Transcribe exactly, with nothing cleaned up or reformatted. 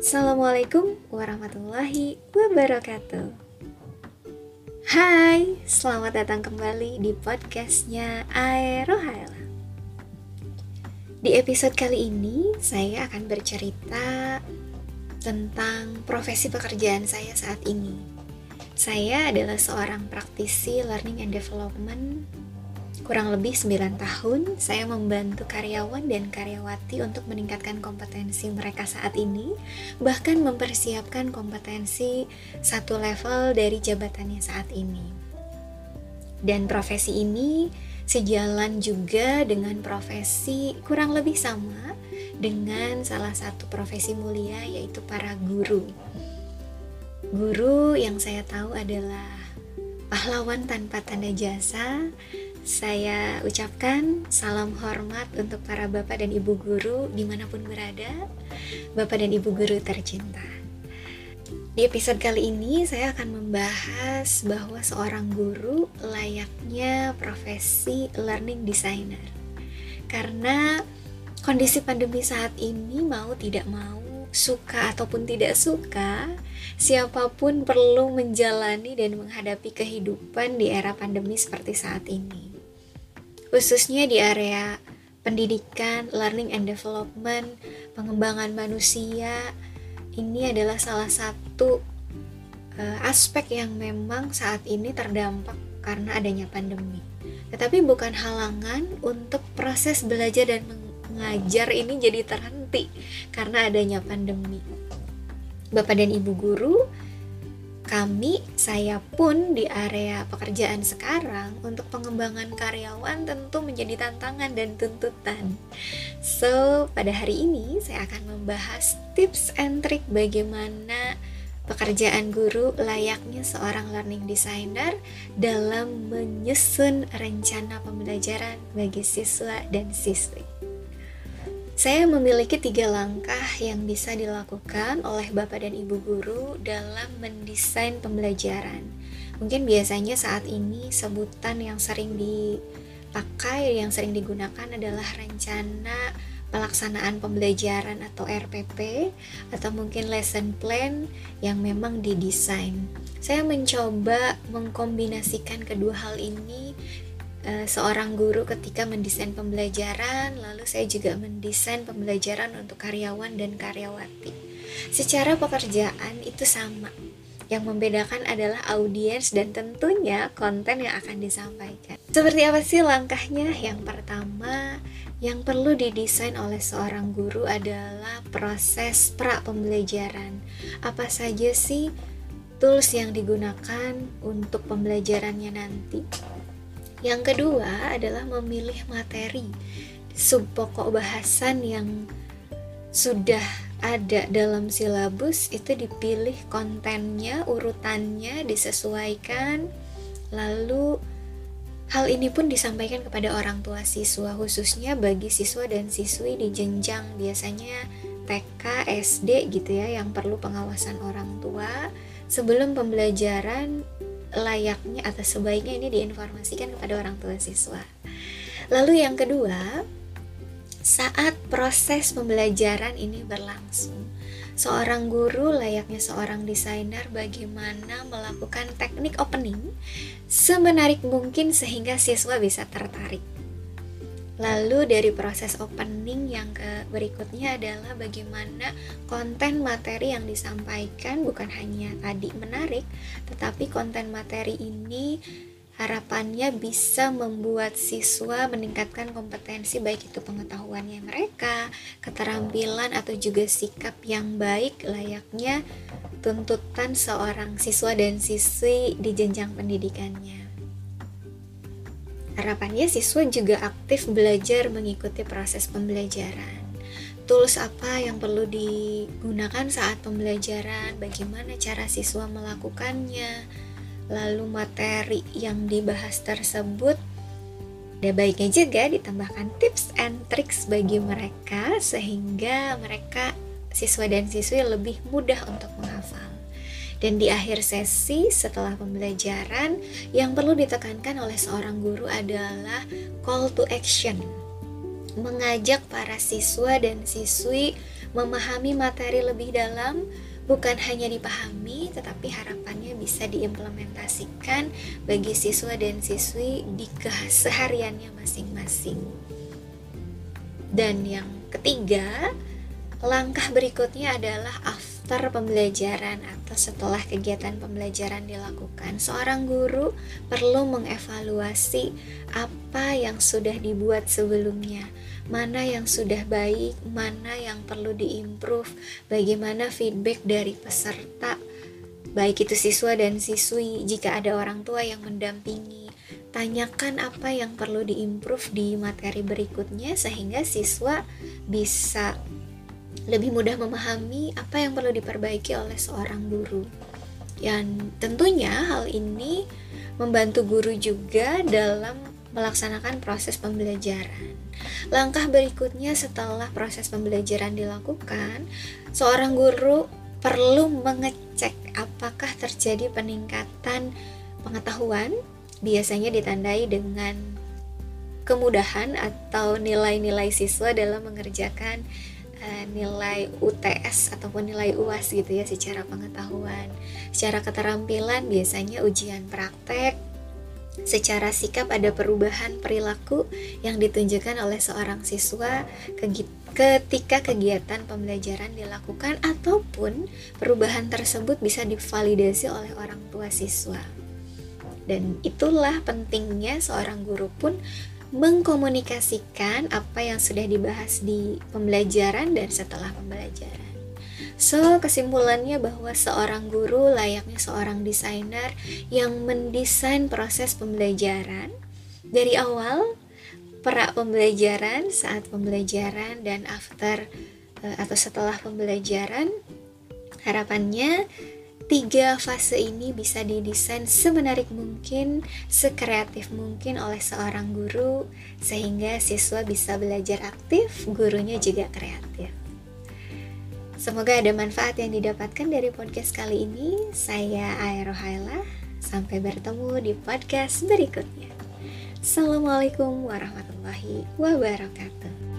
Assalamualaikum warahmatullahi wabarakatuh. Hai, selamat datang kembali di podcastnya Aerohaela. Di episode kali ini, saya akan bercerita tentang profesi pekerjaan saya saat ini. Saya adalah seorang praktisi learning and development. Kurang lebih sembilan tahun, saya membantu karyawan dan karyawati untuk meningkatkan kompetensi mereka saat ini, bahkan mempersiapkan kompetensi satu level dari jabatannya saat ini. Dan profesi ini sejalan juga dengan profesi kurang lebih sama dengan salah satu profesi mulia, yaitu para guru. Guru yang saya tahu adalah pahlawan tanpa tanda jasa. Saya ucapkan salam hormat untuk para bapak dan ibu guru dimanapun berada, bapak dan ibu guru tercinta. Di episode kali ini saya akan membahas bahwa seorang guru layaknya profesi learning designer. Karena kondisi pandemi saat ini, mau tidak mau, suka ataupun tidak suka, siapapun perlu menjalani dan menghadapi kehidupan di era pandemi seperti saat ini. Khususnya di area pendidikan, learning and development, pengembangan manusia, ini adalah salah satu uh, aspek yang memang saat ini terdampak karena adanya pandemi. Tetapi bukan halangan untuk proses belajar dan mengajar ini jadi terhenti karena adanya pandemi. Bapak dan Ibu guru, kami, saya pun di area pekerjaan sekarang untuk pengembangan karyawan tentu menjadi tantangan dan tuntutan. So, pada hari ini saya akan membahas tips and trick bagaimana pekerjaan guru layaknya seorang learning designer dalam menyusun rencana pembelajaran bagi siswa dan siswi. Saya memiliki tiga langkah yang bisa dilakukan oleh Bapak dan Ibu guru dalam mendesain pembelajaran. Mungkin biasanya saat ini sebutan yang sering dipakai, yang sering digunakan adalah rencana pelaksanaan pembelajaran atau R P P, atau mungkin lesson plan yang memang didesain. Saya mencoba mengkombinasikan kedua hal ini. Seorang guru ketika mendesain pembelajaran, lalu saya juga mendesain pembelajaran untuk karyawan dan karyawati. Secara pekerjaan itu sama. Yang membedakan adalah audiens dan tentunya konten yang akan disampaikan. Seperti apa sih langkahnya? Yang pertama, yang perlu didesain oleh seorang guru adalah proses pra pembelajaran. Apa saja sih tools yang digunakan untuk pembelajarannya nanti? Yang kedua adalah memilih materi, subpokok bahasan yang sudah ada dalam silabus itu dipilih kontennya, urutannya disesuaikan, lalu hal ini pun disampaikan kepada orang tua siswa, khususnya bagi siswa dan siswi di jenjang biasanya T K, S D gitu ya, yang perlu pengawasan orang tua. Sebelum pembelajaran, layaknya atau sebaiknya ini diinformasikan kepada orang tua siswa. Lalu yang kedua, saat proses pembelajaran ini berlangsung, seorang guru layaknya seorang desainer bagaimana melakukan teknik opening semenarik mungkin sehingga siswa bisa tertarik. Lalu dari proses opening yang ke berikutnya adalah bagaimana konten materi yang disampaikan bukan hanya tadi menarik, tetapi konten materi ini harapannya bisa membuat siswa meningkatkan kompetensi, baik itu pengetahuannya mereka, keterampilan atau juga sikap yang baik layaknya tuntutan seorang siswa dan siswi di jenjang pendidikannya. Harapannya siswa juga aktif belajar mengikuti proses pembelajaran. Tools apa yang perlu digunakan saat pembelajaran, bagaimana cara siswa melakukannya, lalu materi yang dibahas tersebut. Ada baiknya juga ditambahkan tips and tricks bagi mereka sehingga mereka, siswa dan siswi, lebih mudah untuk menghafal. Dan di akhir sesi setelah pembelajaran, yang perlu ditekankan oleh seorang guru adalah call to action. Mengajak para siswa dan siswi memahami materi lebih dalam, bukan hanya dipahami, tetapi harapannya bisa diimplementasikan bagi siswa dan siswi di kesehariannya masing-masing. Dan yang ketiga, langkah berikutnya adalah after pembelajaran atau setelah kegiatan pembelajaran dilakukan. Seorang guru perlu mengevaluasi apa yang sudah dibuat sebelumnya, mana yang sudah baik, mana yang perlu diimprove, bagaimana feedback dari peserta, baik itu siswa dan siswi. Jika ada orang tua yang mendampingi, tanyakan apa yang perlu diimprove di materi berikutnya sehingga siswa bisa lebih mudah memahami apa yang perlu diperbaiki oleh seorang guru. Dan tentunya hal ini membantu guru juga dalam melaksanakan proses pembelajaran. Langkah berikutnya setelah proses pembelajaran dilakukan, seorang guru perlu mengecek apakah terjadi peningkatan pengetahuan, biasanya ditandai dengan kemudahan atau nilai-nilai siswa dalam mengerjakan uh, nilai U T S ataupun nilai U A S gitu ya, secara pengetahuan. Secara keterampilan biasanya ujian praktek. Secara sikap ada perubahan perilaku yang ditunjukkan oleh seorang siswa ketika kegiatan pembelajaran dilakukan, ataupun perubahan tersebut bisa divalidasi oleh orang tua siswa. Dan itulah pentingnya seorang guru pun mengkomunikasikan apa yang sudah dibahas di pembelajaran dan setelah pembelajaran. So, kesimpulannya bahwa seorang guru layaknya seorang desainer yang mendesain proses pembelajaran dari awal, pra pembelajaran, saat pembelajaran, dan after atau setelah pembelajaran. Harapannya tiga fase ini bisa didesain semenarik mungkin, sekreatif mungkin oleh seorang guru, sehingga siswa bisa belajar aktif, gurunya juga kreatif. Semoga ada manfaat yang didapatkan dari podcast kali ini. Saya Aya Rohaila. Sampai bertemu di podcast berikutnya. Assalamualaikum warahmatullahi wabarakatuh.